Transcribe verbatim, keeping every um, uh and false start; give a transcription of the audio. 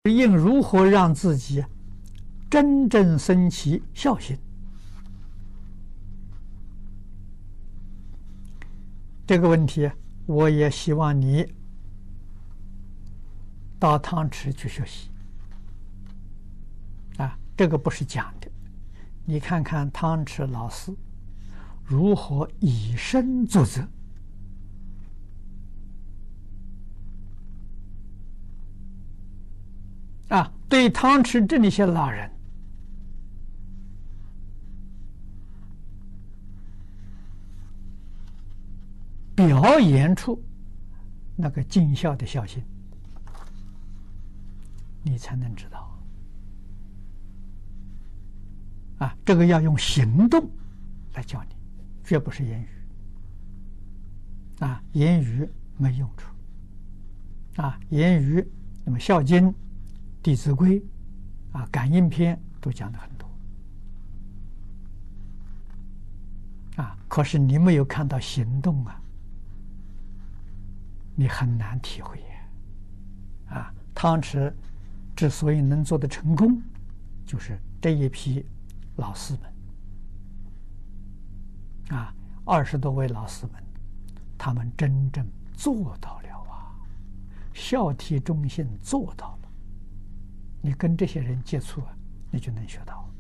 应如何让自己真正生起孝心？这个问题，我也希望你到汤池去学习。啊，这个不是讲的，你看看汤池老师如何以身作则。啊，对汤池这里些老人，表演出那个尽孝的孝心，你才能知道。啊，这个要用行动来教你，绝不是言语。啊，言语没用处。啊，言语，那么《孝经》《弟子规》啊，《感应篇》都讲的很多。啊，可是你没有看到行动啊，你很难体会呀。啊，汤池之所以能做得成功，就是这一批老师们，啊，二十多位老师们，他们真正做到了啊，孝悌忠信做到了。你跟这些人接触啊，你就能学到。